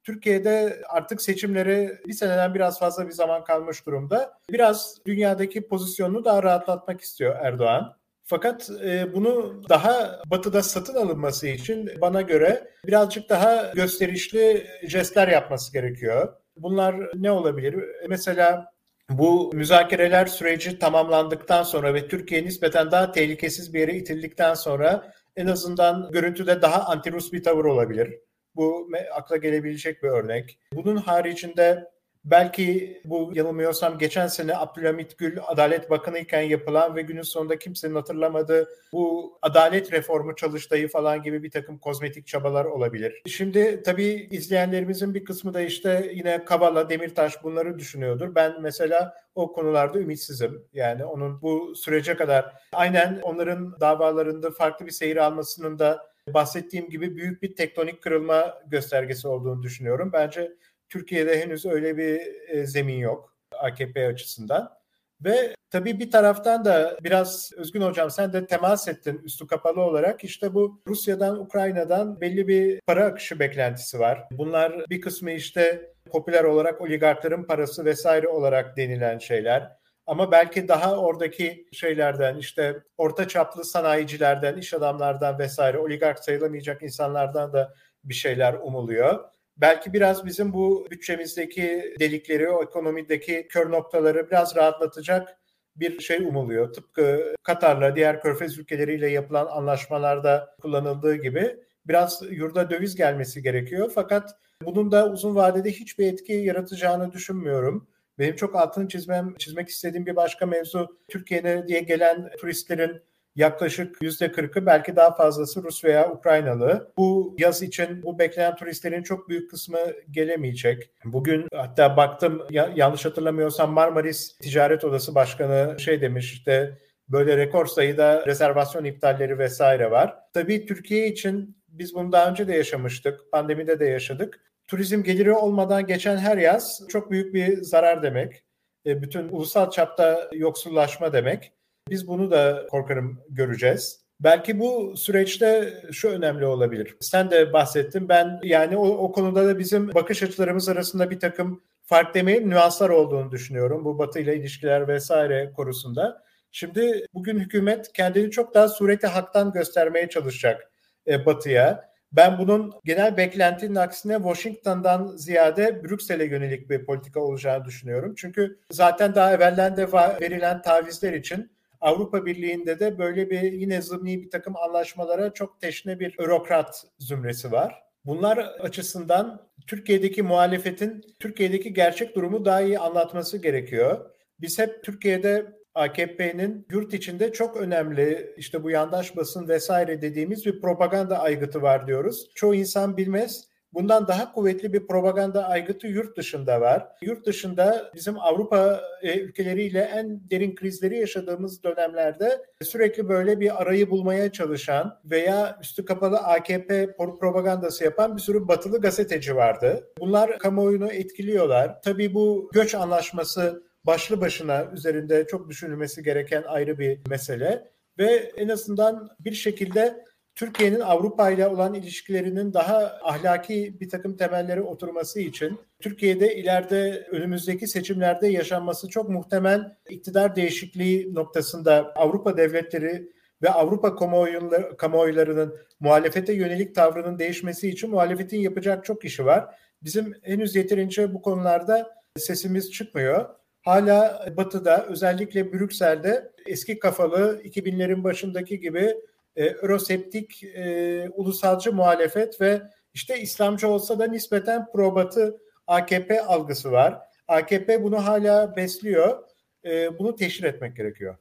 Türkiye'de artık seçimlere bir seneden biraz fazla bir zaman kalmış durumda. Biraz dünyadaki pozisyonunu daha rahatlatmak istiyor Erdoğan. Fakat bunu daha batıda satın alınması için bana göre birazcık daha gösterişli jestler yapması gerekiyor. Bunlar ne olabilir? Mesela bu müzakereler süreci tamamlandıktan sonra ve Türkiye nispeten daha tehlikesiz bir yere itildikten sonra en azından görüntüde daha anti-Rus bir tavır olabilir. Bu akla gelebilecek bir örnek. Bunun haricinde belki bu yanılmıyorsam geçen sene Abdülhamit Gül Adalet Bakanı iken yapılan ve günün sonunda kimsenin hatırlamadığı bu adalet reformu çalıştayı falan gibi bir takım kozmetik çabalar olabilir. Şimdi tabii izleyenlerimizin bir kısmı da işte yine Kavala, Demirtaş bunları düşünüyordur. Ben mesela o konularda ümitsizim. Yani onun bu sürece kadar aynen onların davalarında farklı bir seyir almasının da bahsettiğim gibi büyük bir tektonik kırılma göstergesi olduğunu düşünüyorum. Bence Türkiye'de henüz öyle bir zemin yok AKP açısından. Ve tabii bir taraftan da biraz Özgün Hocam sen de temas ettin üstü kapalı olarak. İşte bu Rusya'dan, Ukrayna'dan belli bir para akışı beklentisi var. Bunlar bir kısmı işte popüler olarak oligarkların parası vesaire olarak denilen şeyler. Ama belki daha oradaki şeylerden işte orta çaplı sanayicilerden, iş adamlardan vesaire oligark sayılamayacak insanlardan da bir şeyler umuluyor. Belki biraz bizim bu bütçemizdeki delikleri, o ekonomideki kör noktaları biraz rahatlatacak bir şey umuluyor. Tıpkı Katar'la diğer Körfez ülkeleriyle yapılan anlaşmalarda kullanıldığı gibi biraz yurda döviz gelmesi gerekiyor. Fakat bunun da uzun vadede hiçbir etki yaratacağını düşünmüyorum. Benim çok altını çizmek istediğim bir başka mevzu Türkiye'ye diye gelen turistlerin yaklaşık %40'ı belki daha fazlası Rus veya Ukraynalı. Bu yaz için bu beklenen turistlerin çok büyük kısmı gelemeyecek. Bugün hatta baktım yanlış hatırlamıyorsam Marmaris Ticaret Odası Başkanı şey demiş işte böyle rekor sayıda rezervasyon iptalleri vesaire var. Tabii Türkiye için biz bunu daha önce de yaşamıştık. Pandemide de yaşadık. Turizm geliri olmadan geçen her yaz çok büyük bir zarar demek. Bütün ulusal çapta yoksullaşma demek. Biz bunu da korkarım göreceğiz. Belki bu süreçte şu önemli olabilir. Sen de bahsettin. Ben yani o konuda da bizim bakış açılarımız arasında bir takım fark demeyeyim nüanslar olduğunu düşünüyorum. Bu Batı ile ilişkiler vesaire konusunda. Şimdi bugün hükümet kendini çok daha sureti haktan göstermeye çalışacak Batı'ya. Ben bunun genel beklentinin aksine Washington'dan ziyade Brüksel'e yönelik bir politika olacağını düşünüyorum. Çünkü zaten daha evvelden de verilen tavizler için Avrupa Birliği'nde de böyle bir yine zımni bir takım anlaşmalara çok teşne bir bürokrat zümresi var. Bunlar açısından Türkiye'deki muhalefetin Türkiye'deki gerçek durumu daha iyi anlatması gerekiyor. Biz hep Türkiye'de AKP'nin yurt içinde çok önemli işte bu yandaş basın vesaire dediğimiz bir propaganda aygıtı var diyoruz. Çoğu insan bilmez. Bundan daha kuvvetli bir propaganda aygıtı yurt dışında var. Yurt dışında bizim Avrupa ülkeleriyle en derin krizleri yaşadığımız dönemlerde sürekli böyle bir arayı bulmaya çalışan veya üstü kapalı AKP propagandası yapan bir sürü batılı gazeteci vardı. Bunlar kamuoyunu etkiliyorlar. Tabii bu göç anlaşması başlı başına üzerinde çok düşünülmesi gereken ayrı bir mesele ve en azından bir şekilde Türkiye'nin Avrupa ile olan ilişkilerinin daha ahlaki bir takım temelleri oturması için Türkiye'de ileride önümüzdeki seçimlerde yaşanması çok muhtemel iktidar değişikliği noktasında Avrupa devletleri ve Avrupa kamuoylarının muhalefete yönelik tavrının değişmesi için muhalefetin yapacak çok işi var. Bizim henüz yeterince bu konularda sesimiz çıkmıyor. Hala Batı'da özellikle Brüksel'de eski kafalı 2000'lerin başındaki gibi Euroseptik, ulusalcı muhalefet ve işte İslamcı olsa da nispeten pro-Batı AKP algısı var. AKP bunu hala besliyor. Bunu teşhir etmek gerekiyor.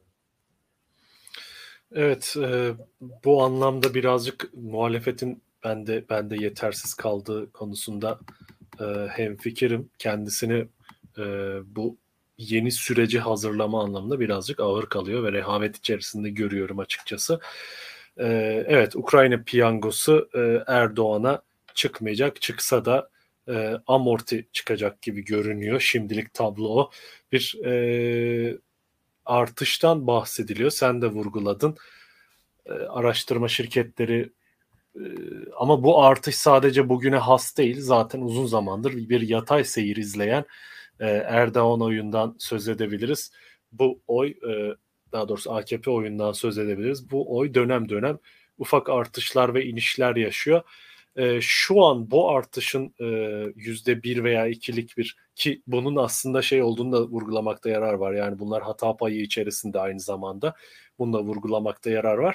Evet, bu anlamda birazcık muhalefetin bende yetersiz kaldığı konusunda hemfikirim. Kendisini bu yeni süreci hazırlama anlamında birazcık ağır kalıyor ve rehavet içerisinde görüyorum açıkçası. Evet, Ukrayna piyangosu Erdoğan'a çıkmayacak. Çıksa da amorti çıkacak gibi görünüyor. Şimdilik tablo o. Bir artıştan bahsediliyor. Sen de vurguladın. Araştırma şirketleri Ama bu artış sadece bugüne has değil. Zaten uzun zamandır bir yatay seyir izleyen Erdoğan oyundan söz edebiliriz. Bu oy, daha doğrusu AKP oyundan söz edebiliriz. Bu oy dönem dönem ufak artışlar ve inişler yaşıyor. Şu an bu artışın %1 veya 2'lik bir, ki bunun aslında şey olduğunu da vurgulamakta yarar var. Yani bunlar hata payı içerisinde aynı zamanda. Bunu da vurgulamakta yarar var.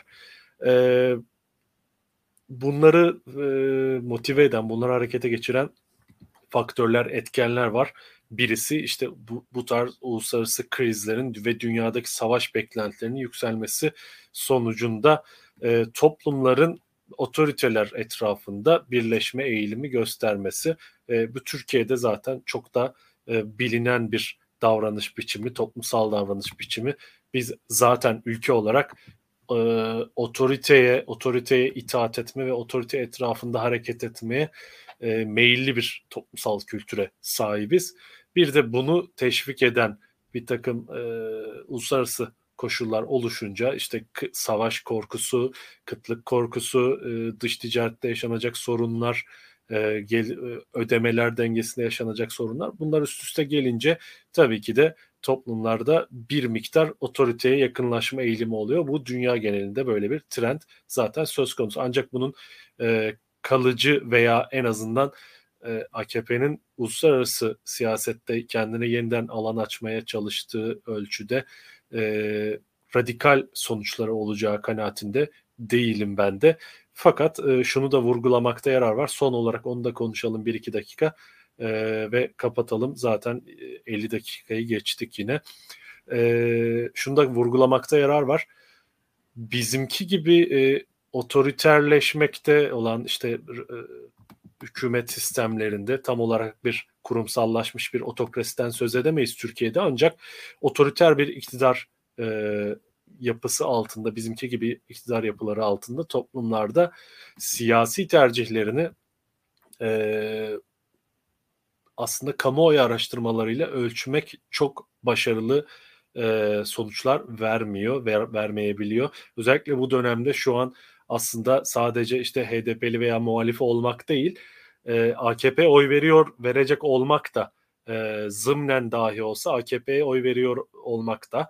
Bunları motive eden, bunları harekete geçiren faktörler, etkenler var. Birisi işte bu tarz uluslararası krizlerin ve dünyadaki savaş beklentilerinin yükselmesi sonucunda toplumların otoriteler etrafında birleşme eğilimi göstermesi. Bu Türkiye'de zaten çok da bilinen bir davranış biçimi, toplumsal davranış biçimi. Biz zaten ülke olarak e, otoriteye itaat etme ve otorite etrafında hareket etmeye meyilli bir toplumsal kültüre sahibiz. Bir de bunu teşvik eden bir takım uluslararası koşullar oluşunca işte savaş korkusu, kıtlık korkusu, dış ticarette yaşanacak sorunlar, ödemeler dengesinde yaşanacak sorunlar, bunlar üst üste gelince tabii ki de toplumlarda bir miktar otoriteye yakınlaşma eğilimi oluyor. Bu dünya genelinde böyle bir trend zaten söz konusu. Ancak bunun kalıcı veya en azından AKP'nin uluslararası siyasette kendine yeniden alan açmaya çalıştığı ölçüde radikal sonuçları olacağı kanaatinde değilim ben de. Fakat şunu da vurgulamakta yarar var. Son olarak onu da konuşalım 1-2 dakika ve kapatalım. Zaten 50 dakikayı geçtik yine. Şunu da vurgulamakta yarar var. Bizimki gibi otoriterleşmekte olan işte hükümet sistemlerinde tam olarak bir kurumsallaşmış bir otokrasiden söz edemeyiz Türkiye'de, ancak otoriter bir iktidar yapısı altında, bizimki gibi iktidar yapıları altında toplumlarda siyasi tercihlerini aslında kamuoyu araştırmalarıyla ölçmek çok başarılı sonuçlar vermeyebiliyor. Özellikle bu dönemde şu an aslında sadece işte HDP'li veya muhalif olmak değil, AKP oy verecek olmak da, zımnen dahi olsa AKP'ye oy veriyor olmak da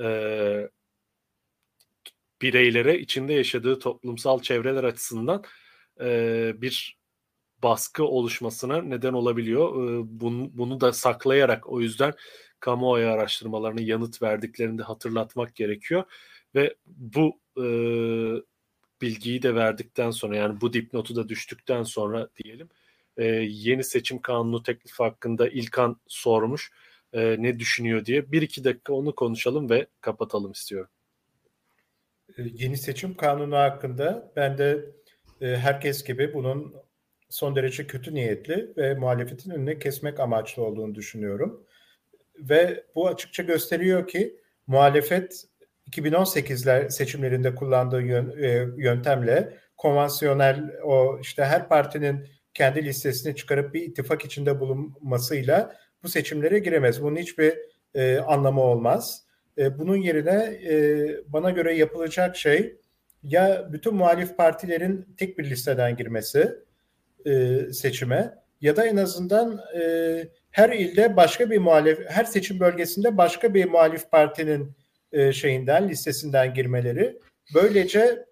bireylere içinde yaşadığı toplumsal çevreler açısından bir baskı oluşmasına neden olabiliyor. Bunu da saklayarak, o yüzden kamuoyu araştırmalarına yanıt verdiklerini de hatırlatmak gerekiyor. Ve bu bilgiyi de verdikten sonra, yani bu dipnotu da düştükten sonra diyelim, yeni seçim kanunu teklifi hakkında İlkan sormuş ne düşünüyor diye. 1-2 dakika onu konuşalım ve kapatalım istiyorum. Yeni seçim kanunu hakkında ben de herkes gibi bunun son derece kötü niyetli ve muhalefetin önüne kesmek amaçlı olduğunu düşünüyorum. Ve bu açıkça gösteriyor ki muhalefet 2018'ler seçimlerinde kullandığı yöntemle, konvansiyonel, o işte her partinin kendi listesini çıkarıp bir ittifak içinde bulunmasıyla bu seçimlere giremez. Bunun hiçbir anlamı olmaz. Bunun yerine bana göre yapılacak şey, ya bütün muhalif partilerin tek bir listeden girmesi seçime, ya da en azından her ilde başka bir her seçim bölgesinde başka bir muhalif partinin listesinden girmeleri. Böylece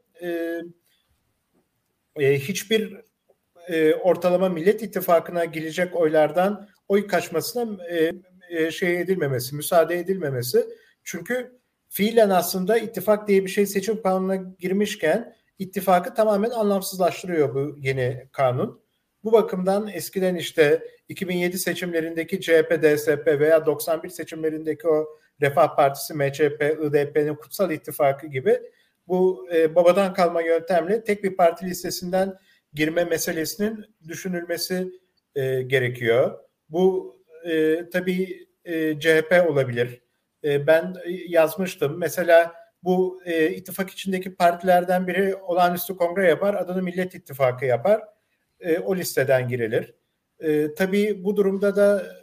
hiçbir ortalama Millet İttifakı'na girecek oylardan oy kaçmasına müsaade edilmemesi. Çünkü fiilen aslında ittifak diye bir şey seçim kanununa girmişken ittifakı tamamen anlamsızlaştırıyor bu yeni kanun. Bu bakımdan eskiden işte 2007 seçimlerindeki CHP, DSP veya 91 seçimlerindeki o Refah Partisi, MCHP, IDP'nin kutsal ittifakı gibi bu babadan kalma yöntemle tek bir parti listesinden girme meselesinin düşünülmesi gerekiyor. Bu tabii CHP olabilir. Ben yazmıştım. Mesela bu ittifak içindeki partilerden biri olağanüstü kongre yapar, adını Millet İttifakı yapar. O listeden girilir. Tabii bu durumda da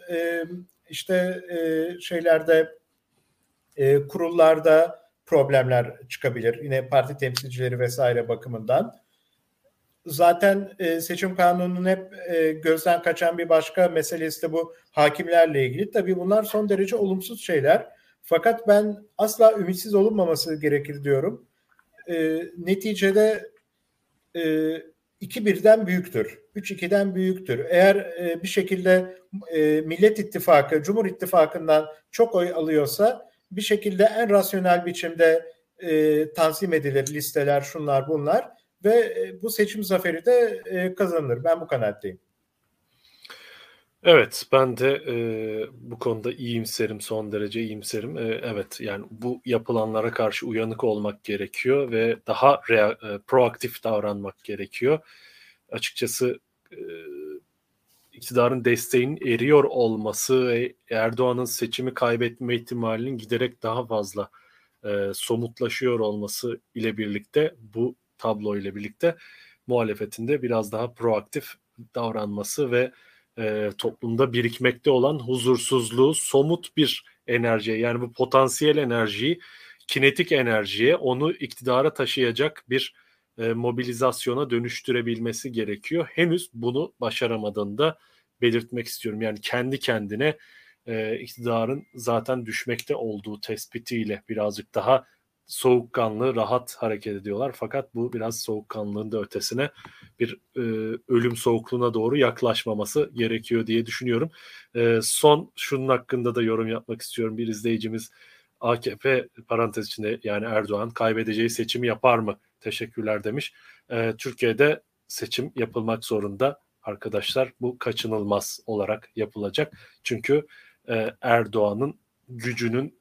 kurullarda problemler çıkabilir. Yine parti temsilcileri vesaire bakımından. zaten seçim kanununun hep gözden kaçan bir başka meselesi de bu hakimlerle ilgili. Tabii bunlar son derece olumsuz şeyler. Fakat ben asla ümitsiz olunmaması gerekir diyorum. Neticede 2-1'den büyüktür. 3-2'den büyüktür. Eğer bir şekilde Millet İttifakı, Cumhur İttifakı'ndan çok oy alıyorsa bir şekilde en rasyonel biçimde tanzim edilir listeler, şunlar bunlar ve bu seçim zaferi de kazanılır. Ben bu kanaatteyim. Evet, ben de bu konuda iyimserim, son derece iyimserim. Evet, yani bu yapılanlara karşı uyanık olmak gerekiyor ve daha proaktif davranmak gerekiyor. Açıkçası e, iktidarın desteğinin eriyor olması ve Erdoğan'ın seçimi kaybetme ihtimalinin giderek daha fazla somutlaşıyor olması ile birlikte, bu tablo ile birlikte muhalefetin de biraz daha proaktif davranması ve toplumda birikmekte olan huzursuzluğu somut bir enerjiye, yani bu potansiyel enerjiyi kinetik enerjiye, onu iktidara taşıyacak bir mobilizasyona dönüştürebilmesi gerekiyor. Henüz bunu başaramadığını da belirtmek istiyorum. Yani kendi kendine iktidarın zaten düşmekte olduğu tespitiyle birazcık daha soğukkanlı, rahat hareket ediyorlar. Fakat bu biraz soğukkanlılığın da ötesine bir ölüm soğukluğuna doğru yaklaşmaması gerekiyor diye düşünüyorum. Son şunun hakkında da yorum yapmak istiyorum. Bir izleyicimiz AKP parantez içinde, yani Erdoğan kaybedeceği seçimi yapar mı? Teşekkürler demiş. Türkiye'de seçim yapılmak zorunda arkadaşlar. Bu kaçınılmaz olarak yapılacak. Çünkü Erdoğan'ın gücünün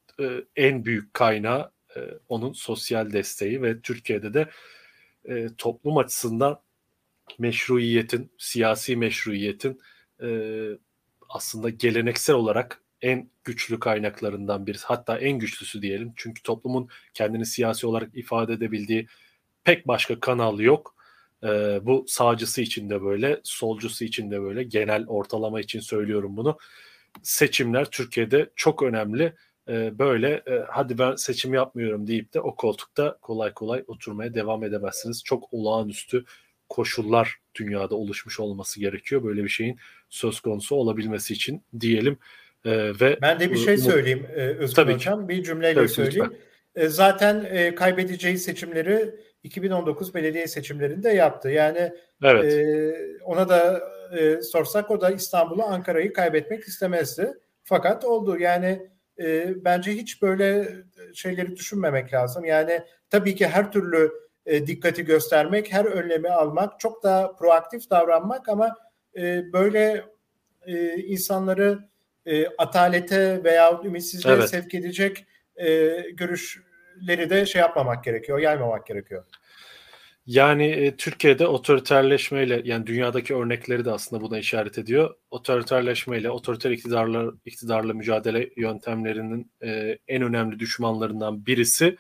en büyük kaynağı onun sosyal desteği ve Türkiye'de de toplum açısından meşruiyetin, siyasi meşruiyetin e, aslında geleneksel olarak en güçlü kaynaklarından birisi. Hatta en güçlüsü diyelim. Çünkü toplumun kendini siyasi olarak ifade edebildiği pek başka kanal yok. Bu sağcısı için de böyle, solcusu için de böyle. Genel ortalama için söylüyorum bunu. Seçimler Türkiye'de çok önemli. Böyle hadi ben seçim yapmıyorum deyip de o koltukta kolay kolay oturmaya devam edemezsiniz. Çok olağanüstü koşullar dünyada oluşmuş olması gerekiyor böyle bir şeyin söz konusu olabilmesi için diyelim. Ve Ben de bir şey söyleyeyim Özgün tabii ki, Hocam. Bir cümleyle tabii ki lütfen. söyleyeyim. Zaten kaybedeceği seçimleri 2019 belediye seçimlerinde yaptı. Yani Evet, ona da sorsak o da İstanbul'u, Ankara'yı kaybetmek istemezdi. Fakat oldu. Yani bence hiç böyle şeyleri düşünmemek lazım. Yani tabii ki her türlü dikkati göstermek, her önlemi almak, çok daha proaktif davranmak ama böyle insanları atalete veya ümitsizliğe evet. sevk edecek görüşleri de şey yapmamak gerekiyor, yaymamak gerekiyor. Yani Türkiye'de otoriterleşmeyle, yani dünyadaki örnekleri de aslında buna işaret ediyor. Otoriterleşmeyle, otoriter iktidarla mücadele yöntemlerinin en önemli düşmanlarından birisi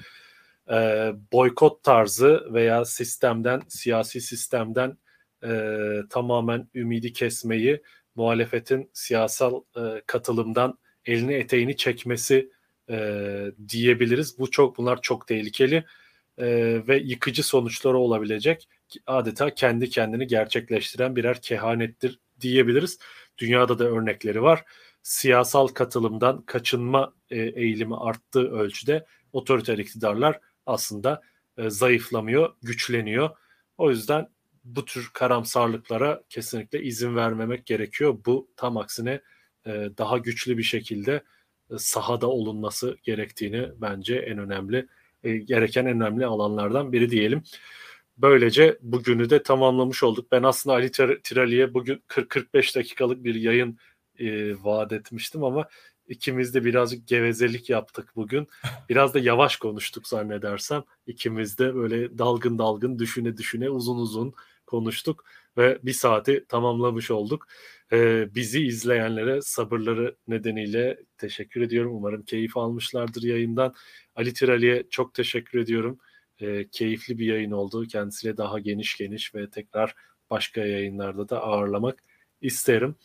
boykot tarzı veya sistemden, siyasi sistemden tamamen ümidi kesmeyi, muhalefetin siyasal katılımdan elini eteğini çekmesi diyebiliriz. Bunlar çok tehlikeli ve yıkıcı sonuçları olabilecek, adeta kendi kendini gerçekleştiren birer kehanettir diyebiliriz. Dünyada da örnekleri var. Siyasal katılımdan kaçınma eğilimi arttığı ölçüde otoriter iktidarlar aslında zayıflamıyor, güçleniyor. O yüzden bu tür karamsarlıklara kesinlikle izin vermemek gerekiyor. Bu tam aksine daha güçlü bir şekilde sahada olunması gerektiğini, bence gereken en önemli alanlardan biri diyelim. Böylece bugünü de tamamlamış olduk. Ben aslında Ali Tirali'ye bugün 40-45 dakikalık bir yayın vaat etmiştim ama ikimiz de birazcık gevezelik yaptık bugün. Biraz da yavaş konuştuk zannedersem. İkimiz de böyle dalgın dalgın, düşüne düşüne, uzun uzun konuştuk ve bir saati tamamlamış olduk. Bizi izleyenlere sabırları nedeniyle teşekkür ediyorum. Umarım keyif almışlardır yayından. Ali Tirali'ye çok teşekkür ediyorum. Keyifli bir yayın oldu. Kendisiyle daha geniş geniş ve tekrar başka yayınlarda da ağırlamak isterim.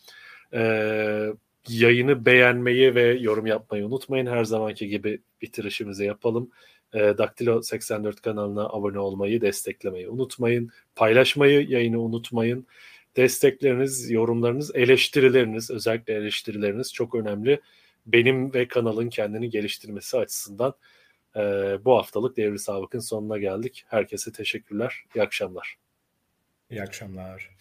Yayını beğenmeyi ve yorum yapmayı unutmayın. Her zamanki gibi bitirişimizi yapalım. Daktilo 84 kanalına abone olmayı, desteklemeyi unutmayın. Paylaşmayı, yayını unutmayın. Destekleriniz, yorumlarınız, eleştirileriniz, özellikle eleştirileriniz çok önemli. Benim ve kanalın kendini geliştirmesi açısından bu haftalık Devri Sabık'ın sonuna geldik. Herkese teşekkürler. İyi akşamlar. İyi akşamlar.